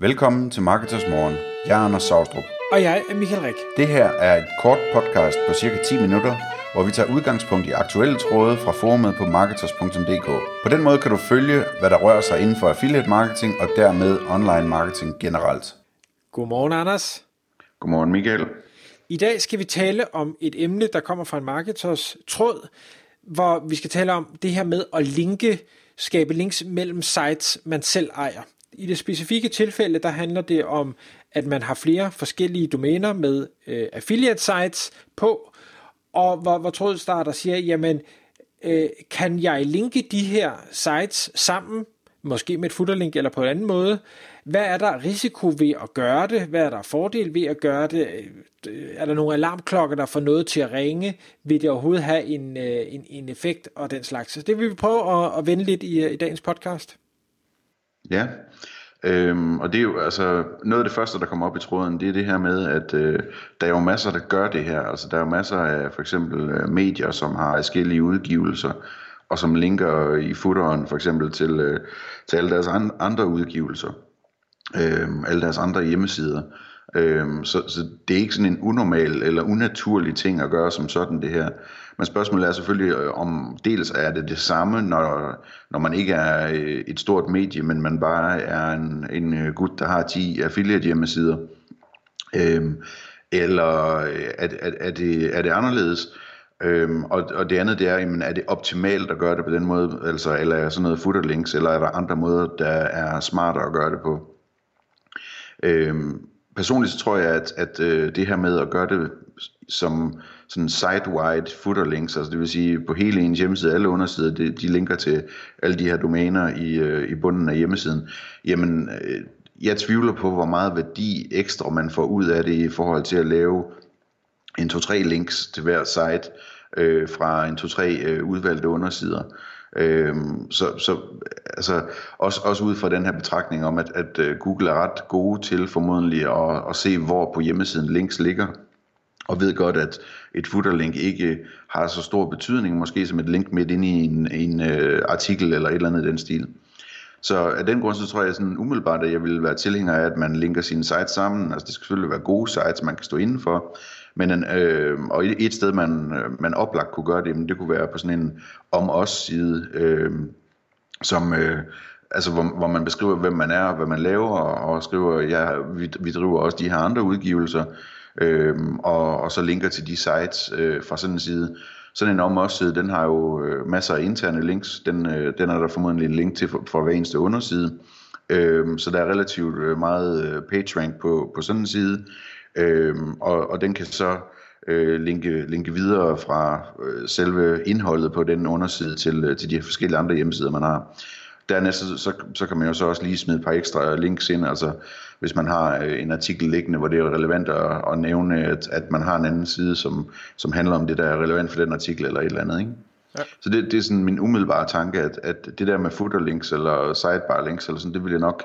Velkommen til Marketers Morgen. Jeg er Anders Saustrup. Og jeg er Michael Rik. Det her er et kort podcast på cirka 10 minutter, hvor vi tager udgangspunkt i aktuelle tråde fra forumet på marketers.dk. På den måde kan du følge, hvad der rører sig inden for affiliate marketing og dermed online marketing generelt. Godmorgen, Anders. Godmorgen, Michael. I dag skal vi tale om et emne, der kommer fra en Marketers tråd, hvor vi skal tale om det her med at skabe links mellem sites, man selv ejer. I det specifikke tilfælde, der handler det om, at man har flere forskellige domæner med affiliate sites på, og hvor trådstarter siger, jamen, kan jeg linke de her sites sammen, måske med et footerlink eller på en anden måde? Hvad er der risiko ved at gøre det? Hvad er der fordel ved at gøre det? Er der nogle alarmklokker, der får noget til at ringe? Vil det overhovedet have en effekt og den slags? Så det vil vi prøve at vende lidt i dagens podcast. Ja, og det er jo altså noget af det første, der kommer op i tråden, det er det her med, at der er jo masser, der gør det her. Altså der er jo masser af for eksempel medier, som har forskellige udgivelser, og som linker i footeren for eksempel til alle deres andre udgivelser, alle deres andre hjemmesider. Så det er ikke sådan en unormal eller unaturlig ting at gøre som sådan det her. Men spørgsmålet er selvfølgelig om dels er det samme, når man ikke er et stort medie, men man bare er en gut, der har 10 affiliate hjemmesider. Eller er det anderledes? Og det andet det er, jamen, er det optimalt at gøre det på den måde, altså, eller er sådan noget footerlinks, eller er der andre måder, der er smartere at gøre det på? Personligt så tror jeg, at det her med at gøre det som sådan site-wide footerlinks, altså det vil sige på hele ens hjemmeside, alle undersider, de linker til alle de her domæner i bunden af hjemmesiden, jamen jeg tvivler på, hvor meget værdi ekstra man får ud af det i forhold til at lave en 2-3 links til hver site fra en 2-3 udvalgte undersider. Så altså også ud fra den her betragtning om, at Google er ret gode til formodentlig at se, hvor på hjemmesiden links ligger, og ved godt, at et footerlink ikke har så stor betydning, måske som et link midt inde i en artikel eller et eller andet i den stil. Så af den grund, så tror jeg sådan umiddelbart, at jeg vil være tilhænger af, at man linker sine sites sammen. Altså det skal selvfølgelig være gode sites, man kan stå indenfor. Men og et sted, man oplagt kunne gøre det, men det kunne være på sådan en om os side, som altså hvor man beskriver, hvem man er og hvad man laver, og skriver, ja, vi driver også de her andre udgivelser, og så linker til de sites fra sådan en side. Sådan en om os side, den har jo masser af interne links. Den er der formodentlig en link til for hver eneste underside. Så der er relativt meget PageRank på sådan en side. Og den kan så linke videre fra selve indholdet på den underside til de forskellige andre hjemmesider, man har. Dernæst så kan man jo så også lige smide et par ekstra links ind, altså hvis man har en artikel liggende, hvor det er relevant at nævne, at man har en anden side, som handler om det, der er relevant for den artikel eller et eller andet, ikke? Ja. Så det er sådan min umiddelbare tanke, at det der med footerlinks eller sidebar links eller sådan, det vil jeg nok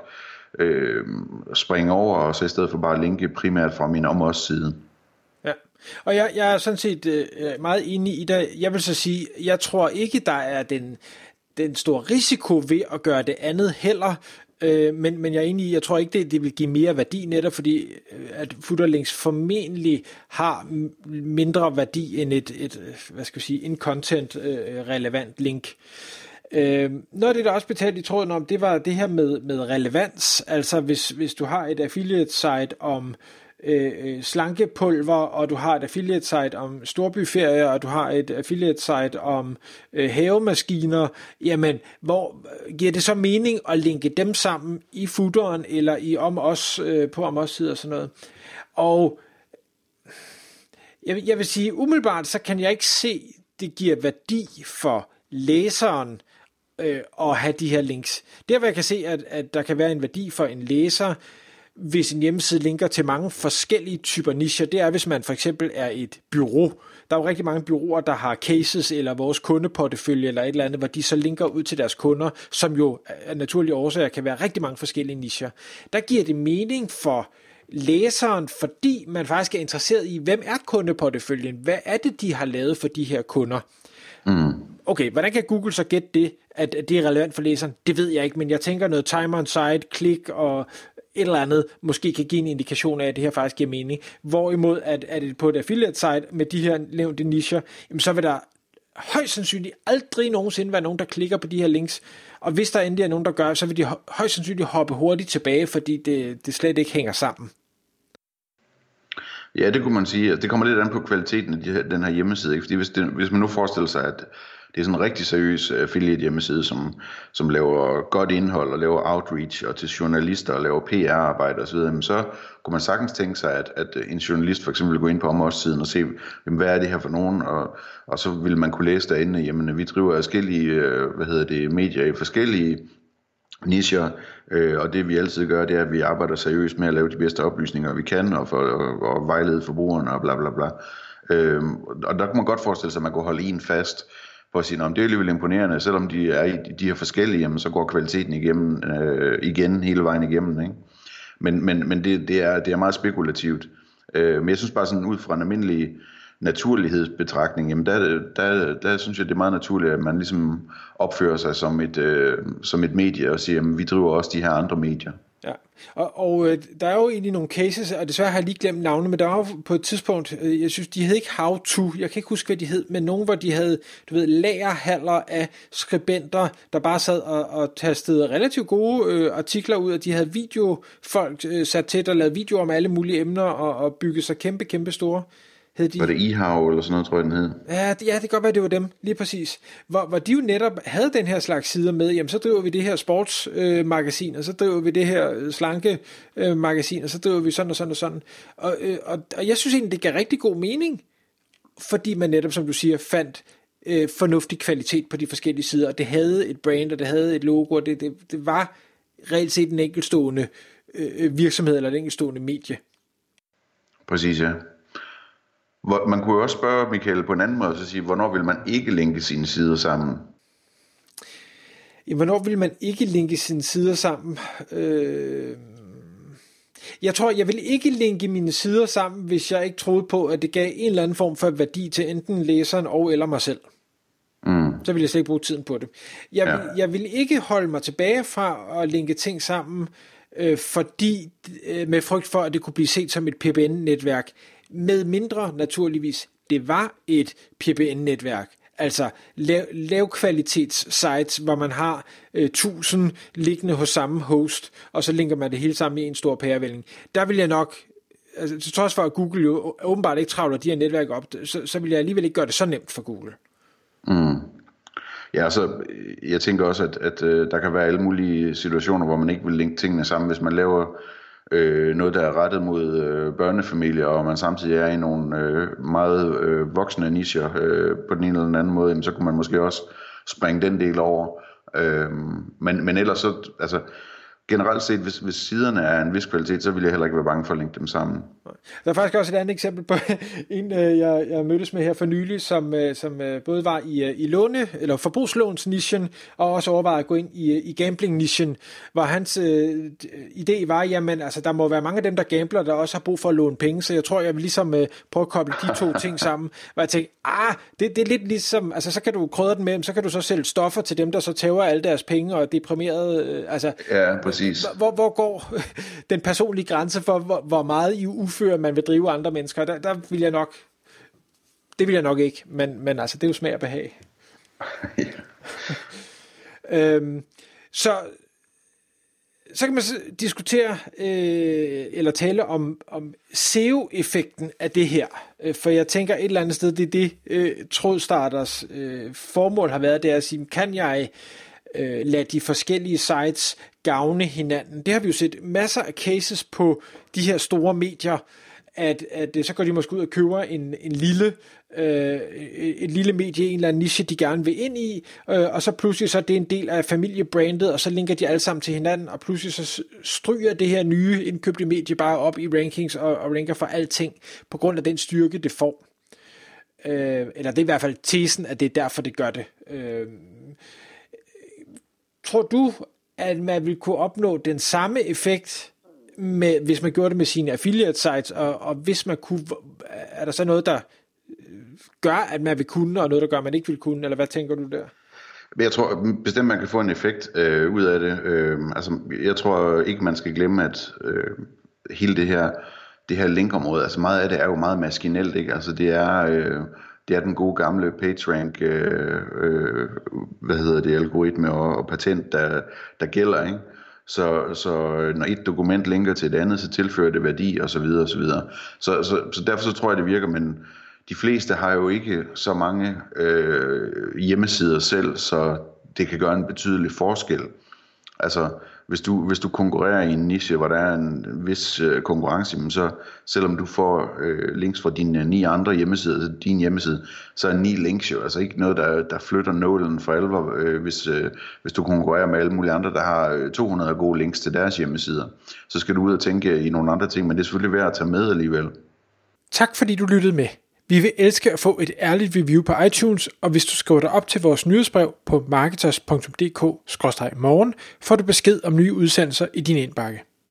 springe over, og så i stedet for bare linke primært fra min om os side. Ja, og jeg er sådan set meget enig i det. Jeg vil så sige, jeg tror ikke, der er den store risiko ved at gøre det andet heller, men jeg er enig i, jeg tror ikke, det vil give mere værdi netop, fordi at footerlinks formentlig har mindre værdi end en content relevant link. Noget af det, der også betalt i tråden om, det var det her med relevans. Altså hvis du har et affiliate site om slankepulver, og du har et affiliate site om storbyferier, og du har et affiliate site om havemaskiner, jamen hvor giver det så mening at linke dem sammen i footeren eller i om os på om os side og sådan noget. Og jeg vil sige umiddelbart, så kan jeg ikke se, det giver værdi for læseren at have de her links. Der hvor jeg kan se, at der kan være en værdi for en læser, hvis en hjemmeside linker til mange forskellige typer nicher, det er, hvis man for eksempel er et bureau. Der er jo rigtig mange bureauer, der har cases eller vores kundeportefølje eller et eller andet, hvor de så linker ud til deres kunder, som jo af naturlige årsager kan være rigtig mange forskellige nicher. Der giver det mening for læseren, fordi man faktisk er interesseret i, hvem er kundeporteføljen? Hvad er det, de har lavet for de her kunder? Okay, hvordan kan Google så gætte det, at det er relevant for læseren? Det ved jeg ikke, men jeg tænker noget time on site, klik og eller andet måske kan give en indikation af, at det her faktisk giver mening. Hvorimod, at på et affiliate-site med de her nævnte nicher, jamen så vil der højst sandsynligt aldrig nogensinde være nogen, der klikker på de her links. Og hvis der endelig er nogen, der gør, så vil de højst sandsynligt hoppe hurtigt tilbage, fordi det slet ikke hænger sammen. Ja, det kunne man sige. Altså, det kommer lidt an på kvaliteten af den her hjemmeside. Ikke? Fordi hvis man nu forestiller sig, at det er sådan en rigtig seriøs affiliate hjemmeside, som laver godt indhold og laver outreach og til journalister og laver PR-arbejde osv., så kunne man sagtens tænke sig, at en journalist for eksempel gå ind på områdssiden og se, hvad er det her for nogen, og så vil man kunne læse derinde, jamen vi driver forskellige medier i forskellige nicher, og det vi altid gør, det er, at vi arbejder seriøst med at lave de bedste oplysninger, vi kan, og vejlede forbrugerne og bla bla bla. Og der kunne man godt forestille sig, at man kunne holde en fast på at sige, at det er alligevel imponerende, selvom de er i de her forskellige, jamen, så går kvaliteten igennem, igen hele vejen igennem. Ikke? Men det er meget spekulativt. Men jeg synes bare sådan ud fra en almindelig naturlighedsbetragtning, jamen der synes jeg, det er meget naturligt, at man ligesom opfører sig som et medie og siger, jamen vi driver også de her andre medier. Ja, og der er jo egentlig nogle cases, og desværre har jeg lige glemt navne, men der var jo på et tidspunkt, jeg synes, de hed ikke How To, jeg kan ikke huske, hvad de hed, men nogen, hvor de havde, lagerhaller af skribenter, der bare sad og tastede relativt gode artikler ud, og de havde videofolk sat til, der lavede videoer om alle mulige emner, og byggede sig kæmpe store. Var det eHow eller sådan noget, tror jeg, den hed? Ja, det kan godt være, det var dem, lige præcis. Hvor de jo netop havde den her slags sider med, jamen så driver vi det her sportsmagasin, og så driver vi det her slanke magasin, og så driver vi sådan og sådan og sådan. Og jeg synes egentlig, det gav rigtig god mening, fordi man netop, som du siger, fandt fornuftig kvalitet på de forskellige sider, og det havde et brand, og det havde et logo, og det var reelt set en enkeltstående virksomhed, eller et enkeltstående medie. Præcis, ja. Man kunne jo også spørge Michael på en anden måde, så sige, hvornår vil man ikke linke sine sider sammen? Hvornår vil man ikke linke sine sider sammen? Jeg tror, jeg vil ikke linke mine sider sammen, hvis jeg ikke troede på, at det gav en eller anden form for værdi til enten læseren og eller mig selv. Så vil jeg slet ikke bruge tiden på det. Jeg vil ikke holde mig tilbage fra at linke ting sammen, fordi med frygt for, at det kunne blive set som et PBN-netværk, med mindre naturligvis, det var et PBN-netværk, altså lavkvalitets sites, hvor man har 1000 liggende hos samme host, og så linker man det hele sammen i en stor pærevælling. Der vil jeg nok, altså, til trods for at Google jo åbenbart ikke travler de her netværk op, så vil jeg alligevel ikke gøre det så nemt for Google. Ja, altså, jeg tænker også, at der kan være alle mulige situationer, hvor man ikke vil linke tingene sammen, hvis man laver noget, der er rettet mod børnefamilier, og man samtidig er i nogle meget voksne nicher på den ene eller den anden måde, jamen, så kunne man måske også springe den del over. Men ellers så, altså generelt set, hvis siderne er en vis kvalitet, så vil jeg heller ikke være bange for at linke dem sammen. Der er faktisk også et andet eksempel på en, jeg mødtes med her for nylig, som både var i låne, eller forbrugslåns-nichen, og også overvejede at gå ind i gambling-nichen, hvor hans idé var, jamen altså, der må være mange af dem, der gambler, der også har brug for at låne penge, så jeg tror, jeg vil ligesom prøve at koble de to ting sammen, hvor jeg tænkte, det er lidt ligesom, altså så kan du krydre den med, så kan du så sælge stoffer til dem, der så tæver alle deres penge og er deprimerede, altså. Ja, præcis. Hvor går den personlige grænse for, hvor meget i uføre man vil drive andre mennesker? Der vil jeg nok, det vil jeg nok ikke, men altså, det er jo smag og behag. Så kan man diskutere eller tale om SEO-effekten af det her, for jeg tænker et eller andet sted, det er det Trådstarters formål har været, det er at sige, kan jeg lade de forskellige sites gavne hinanden. Det har vi jo set masser af cases på de her store medier, at så går de måske ud og køber et lille medie, en eller anden niche, de gerne vil ind i, og så pludselig så er det en del af familiebrandet, og så linker de alle sammen til hinanden, og pludselig så stryger det her nye indkøbte medie bare op i rankings og ranker for alting, på grund af den styrke, det får. Eller det er i hvert fald tesen, at det er derfor, det gør det. Tror du, at man vil kunne opnå den samme effekt, hvis man gjorde det med sine affiliate sites, og hvis man kunne, er der så noget, der gør, at man vil kunne, og noget, der gør, at man ikke vil kunne, eller hvad tænker du der? Jeg tror bestemt, man kan få en effekt ud af det. Altså, jeg tror ikke, man skal glemme, at hele det her linkområde, altså meget af det er jo meget maskinelt, ikke? Altså det er den gode gamle PageRank, algoritme og patent, der gælder, ikke? Så når et dokument linker til et andet, så tilfører det værdi, og så videre, og så videre. Så derfor så tror jeg, det virker, men de fleste har jo ikke så mange hjemmesider selv, så det kan gøre en betydelig forskel. Altså, hvis du konkurrerer i en niche, hvor der er en vis konkurrence, så selvom du får links fra dine 9 andre hjemmesider til din hjemmeside, så er 9 links jo altså ikke noget, der flytter nålen for alvor, hvis du konkurrerer med alle mulige andre, der har 200 gode links til deres hjemmesider. Så skal du ud og tænke i nogle andre ting, men det er selvfølgelig værd at tage med alligevel. Tak fordi du lyttede med. Vi vil elske at få et ærligt review på iTunes, og hvis du skriver dig op til vores nyhedsbrev på marketers.dk/morgen, får du besked om nye udsendelser i din indbakke.